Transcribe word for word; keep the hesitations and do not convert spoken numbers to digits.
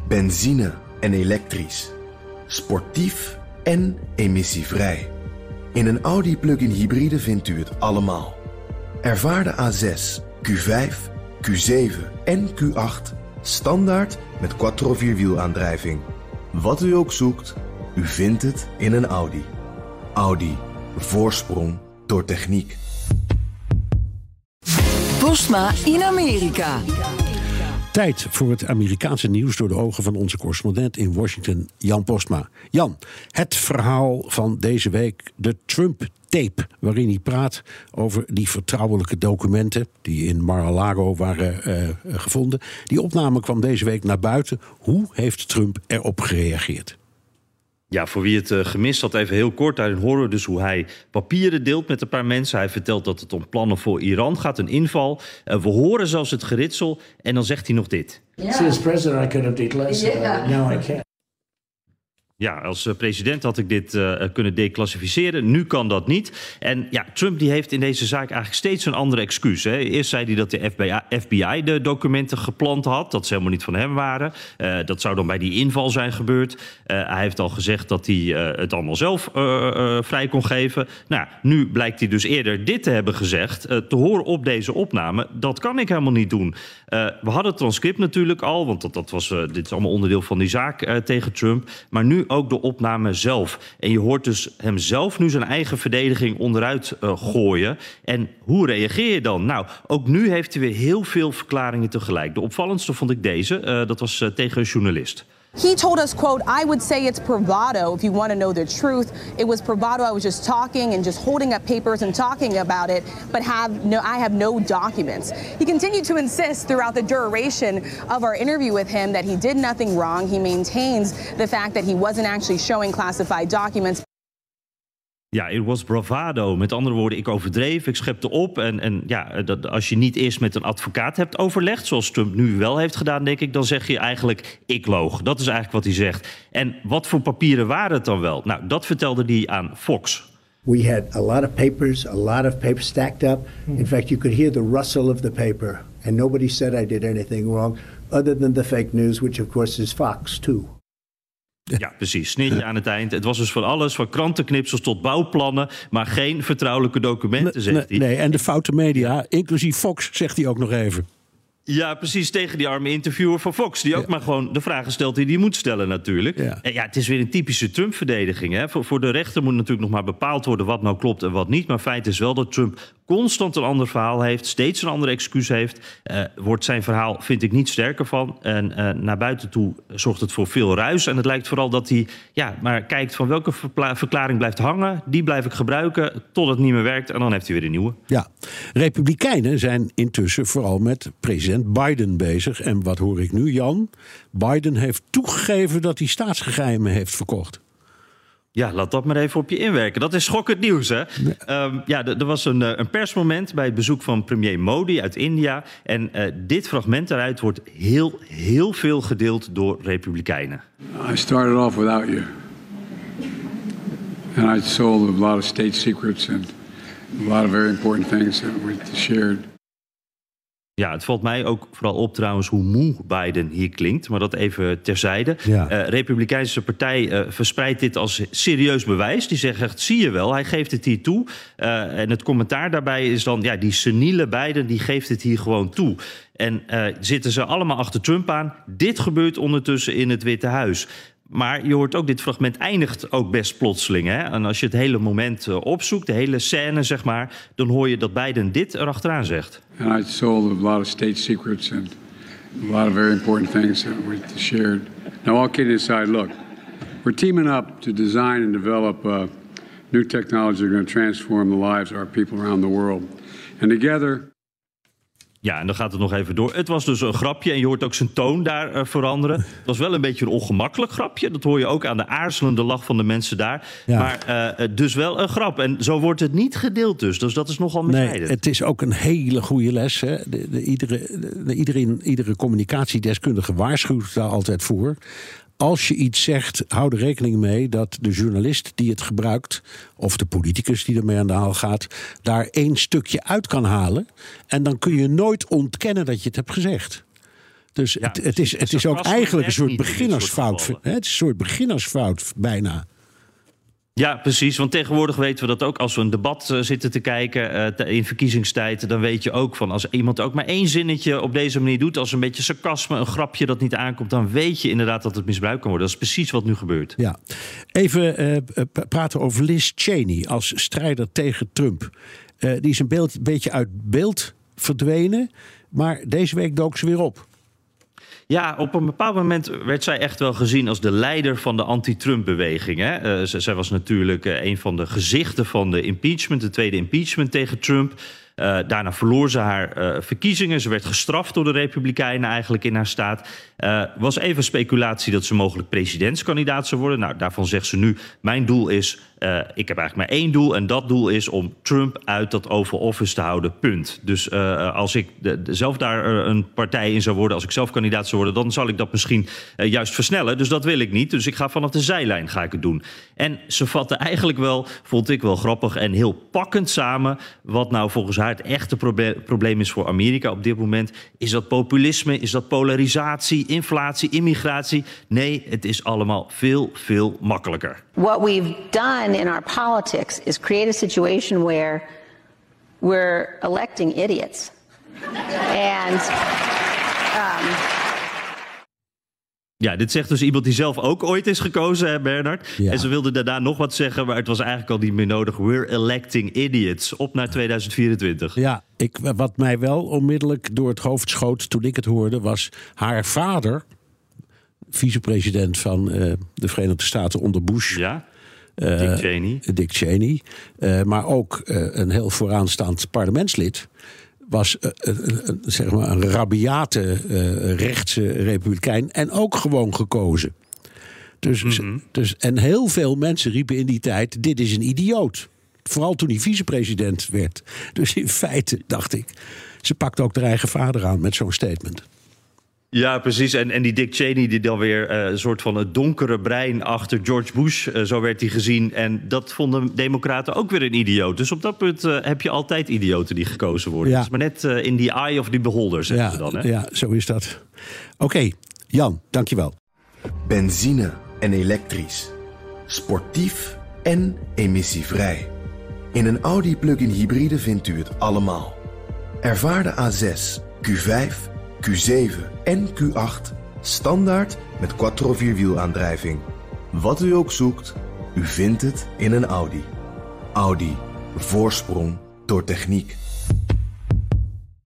Benzine en elektrisch. Sportief en emissievrij. In een Audi plug-in hybride vindt u het allemaal. Ervaar de A zes, Q vijf, Q zeven en Q acht standaard met quattro vierwielaandrijving. Wat u ook zoekt, u vindt het in een Audi. Audi. Voorsprong door techniek. Postma in Amerika. Tijd voor het Amerikaanse nieuws door de ogen van onze correspondent in Washington, Jan Postma. Jan, het verhaal van deze week, de Trump-tape, waarin hij praat over die vertrouwelijke documenten die in Mar-a-Lago waren uh, gevonden. Die opname kwam deze week naar buiten. Hoe heeft Trump erop gereageerd? Ja, voor wie het uh, gemist had, even heel kort. Daarin horen we dus hoe hij papieren deelt met een paar mensen. Hij vertelt dat het om plannen voor Iran gaat, een inval. Uh, we horen zelfs het geritsel en dan zegt hij nog dit. Yeah. See, as president, I could have declassified Yeah. it. Now I can't. Ja, als president had ik dit uh, kunnen declassificeren. Nu kan dat niet. En ja, Trump die heeft in deze zaak eigenlijk steeds een andere excuus. Hè. Eerst zei hij dat de F B I de documenten geplant had. Dat ze helemaal niet van hem waren. Uh, dat zou dan bij die inval zijn gebeurd. Uh, hij heeft al gezegd dat hij uh, het allemaal zelf uh, uh, vrij kon geven. Nou, nu blijkt hij dus eerder dit te hebben gezegd. Uh, te horen op deze opname. Dat kan ik helemaal niet doen. Uh, we hadden het transcript natuurlijk al. Want dat, dat was, uh, dit is allemaal onderdeel van die zaak uh, tegen Trump. Maar nu ook de opname zelf. En je hoort dus hem zelf nu zijn eigen verdediging onderuit uh, gooien. En hoe reageer je dan? Nou, ook nu heeft hij weer heel veel verklaringen tegelijk. De opvallendste vond ik deze. Uh, dat was uh, tegen een journalist. He told us, quote, I would say it's bravado if you want to know the truth. It was bravado. I was just talking and just holding up papers and talking about it, but have no, I have no documents. He continued to insist throughout the duration of our interview with him that he did nothing wrong. He maintains the fact that he wasn't actually showing classified documents. Ja, it was bravado. Met andere woorden, ik overdreef, ik schepte op. En, en ja, dat, als je niet eerst met een advocaat hebt overlegd, zoals Trump nu wel heeft gedaan, denk ik, dan zeg je eigenlijk, ik loog. Dat is eigenlijk wat hij zegt. En wat voor papieren waren het dan wel? Nou, dat vertelde hij aan Fox. We had a lot of papers, a lot of papers stacked up. In fact, you could hear the rustle of the paper. And nobody said I did anything wrong, other than the fake news, which of course is Fox, too. Ja, precies. Snitje aan het eind. Het was dus van alles, van krantenknipsels tot bouwplannen, maar geen vertrouwelijke documenten, zegt hij. Nee, en de foute media, inclusief Fox, zegt hij ook nog even. Ja, precies, tegen die arme interviewer van Fox, die ook ja. maar gewoon de vragen stelt die hij moet stellen natuurlijk. Ja. En ja, het is weer een typische Trump-verdediging. Hè. Voor, voor de rechter moet natuurlijk nog maar bepaald worden wat nou klopt en wat niet. Maar feit is wel dat Trump constant een ander verhaal heeft, steeds een andere excuus heeft. Uh, wordt zijn verhaal, vind ik, niet sterker van. En uh, naar buiten toe zorgt het voor veel ruis. En het lijkt vooral dat hij ja, maar kijkt van welke verpla- verklaring blijft hangen. Die blijf ik gebruiken tot het niet meer werkt. En dan heeft hij weer een nieuwe. Ja, Republikeinen zijn intussen vooral met president Biden bezig. En wat hoor ik nu, Jan? Biden heeft toegegeven dat hij staatsgeheimen heeft verkocht. Ja, laat dat maar even op je inwerken. Dat is schokkend nieuws, hè? Nee. Um, ja, er was een, een persmoment bij het bezoek van premier Modi uit India. En uh, dit fragment daaruit wordt heel, heel veel gedeeld door Republikeinen. I started off without you. And I sold a lot of state secrets and a lot of very important things that we shared. Ja, het valt mij ook vooral op trouwens hoe moe Biden hier klinkt. Maar dat even terzijde. Ja. Uh, Republikeinse partij uh, verspreidt dit als serieus bewijs. Die zegt echt, zie je wel, hij geeft het hier toe. Uh, en het commentaar daarbij is dan, ja, die seniele Biden, die geeft het hier gewoon toe. En uh, zitten ze allemaal achter Trump aan. Dit gebeurt ondertussen in het Witte Huis. Maar je hoort ook, dit fragment eindigt ook best plotseling. Hè? En als je het hele moment uh, opzoekt, de hele scène, zeg maar, dan hoor je dat Biden dit erachteraan zegt. And I sold a lot of state secrets and a lot of very important things that we shared. Now, all kidding aside, look, we're teaming up to design and develop uh, new technology that are going to transform the lives of our people around the world. And together. Ja, en dan gaat het nog even door. Het was dus een grapje en je hoort ook zijn toon daar uh, veranderen. Het was wel een beetje een ongemakkelijk grapje. Dat hoor je ook aan de aarzelende lach van de mensen daar. Ja. Maar uh, dus wel een grap. En zo wordt het niet gedeeld dus. Dus dat is nogal misleidend. Nee, het is ook een hele goede les. Hè. De, de, iedere, de, iedereen, iedere communicatiedeskundige waarschuwt daar altijd voor. Als je iets zegt, hou er rekening mee dat de journalist die het gebruikt, of de politicus die ermee aan de haal gaat, daar één stukje uit kan halen. En dan kun je nooit ontkennen dat je het hebt gezegd. Dus Ja, het, het is, het is ook eigenlijk een soort beginnersfout. Het is een soort beginnersfout bijna. Ja, precies. Want tegenwoordig weten we dat ook als we een debat uh, zitten te kijken uh, in verkiezingstijd. Dan weet je ook van als iemand ook maar één zinnetje op deze manier doet. Als een beetje sarcasme, een grapje dat niet aankomt. Dan weet je inderdaad dat het misbruikt kan worden. Dat is precies wat nu gebeurt. Ja. Even uh, praten over Liz Cheney als strijder tegen Trump. Uh, die is een beeld, beetje uit beeld verdwenen. Maar deze week dook ze weer op. Ja, op een bepaald moment werd zij echt wel gezien als de leider van de anti-Trump-beweging. Hè? Uh, z- zij was natuurlijk uh, een van de gezichten van de impeachment, de tweede impeachment tegen Trump. Uh, daarna verloor ze haar uh, verkiezingen. Ze werd gestraft door de Republikeinen eigenlijk in haar staat. Uh, was even speculatie dat ze mogelijk presidentskandidaat zou worden. Nou, daarvan zegt ze nu, mijn doel is, uh, ik heb eigenlijk maar één doel. En dat doel is om Trump uit dat Oval Office te houden, punt. Dus uh, als ik de, de, zelf daar uh, een partij in zou worden, als ik zelf kandidaat zou worden, dan zal ik dat misschien uh, juist versnellen. Dus dat wil ik niet. Dus ik ga vanaf de zijlijn ga ik het doen. En ze vatte eigenlijk wel, vond ik wel grappig en heel pakkend samen, wat nou volgens haar het echte proble- probleem is voor Amerika op dit moment. Is dat populisme? Is dat polarisatie, inflatie, immigratie? Nee, het is allemaal veel, veel makkelijker. What we've done in our politics is create a situation where we're electing idiots. And um, Ja, dit zegt dus iemand die zelf ook ooit is gekozen, hè, Bernard? Ja. En ze wilde daarna nog wat zeggen, maar het was eigenlijk al niet meer nodig. We're electing idiots. Op naar tweeduizend vierentwintig. Ja, ik, wat mij wel onmiddellijk door het hoofd schoot toen ik het hoorde, was haar vader, vicepresident van uh, de Verenigde Staten onder Bush. Ja, uh, Dick Cheney. Dick Cheney. Uh, maar ook uh, een heel vooraanstaand parlementslid. Was uh, uh, uh, zeg maar een rabiate uh, rechtse republikein. En ook gewoon gekozen. Dus, mm-hmm. dus, en heel veel mensen riepen in die tijd, dit is een idioot. Vooral toen hij vicepresident werd. Dus in feite dacht ik, ze pakt ook haar eigen vader aan met zo'n statement. Ja, precies. En, en die Dick Cheney, die dan weer uh, een soort van het donkere brein achter George Bush, uh, zo werd hij gezien. En dat vonden democraten ook weer een idioot. Dus op dat punt uh, heb je altijd idioten die gekozen worden. Ja. Het is maar net uh, in the eye of the beholder, zeggen ja, ze dan. Hè? Ja, zo is dat. Oké, okay, Jan, dankjewel. Benzine en elektrisch. Sportief en emissievrij. In een Audi plug-in hybride vindt u het allemaal. Ervaar de A zes, Q vijf, Q zeven en Q acht standaard met quattro vierwielaandrijving. Wat u ook zoekt, u vindt het in een Audi. Audi. Voorsprong door techniek.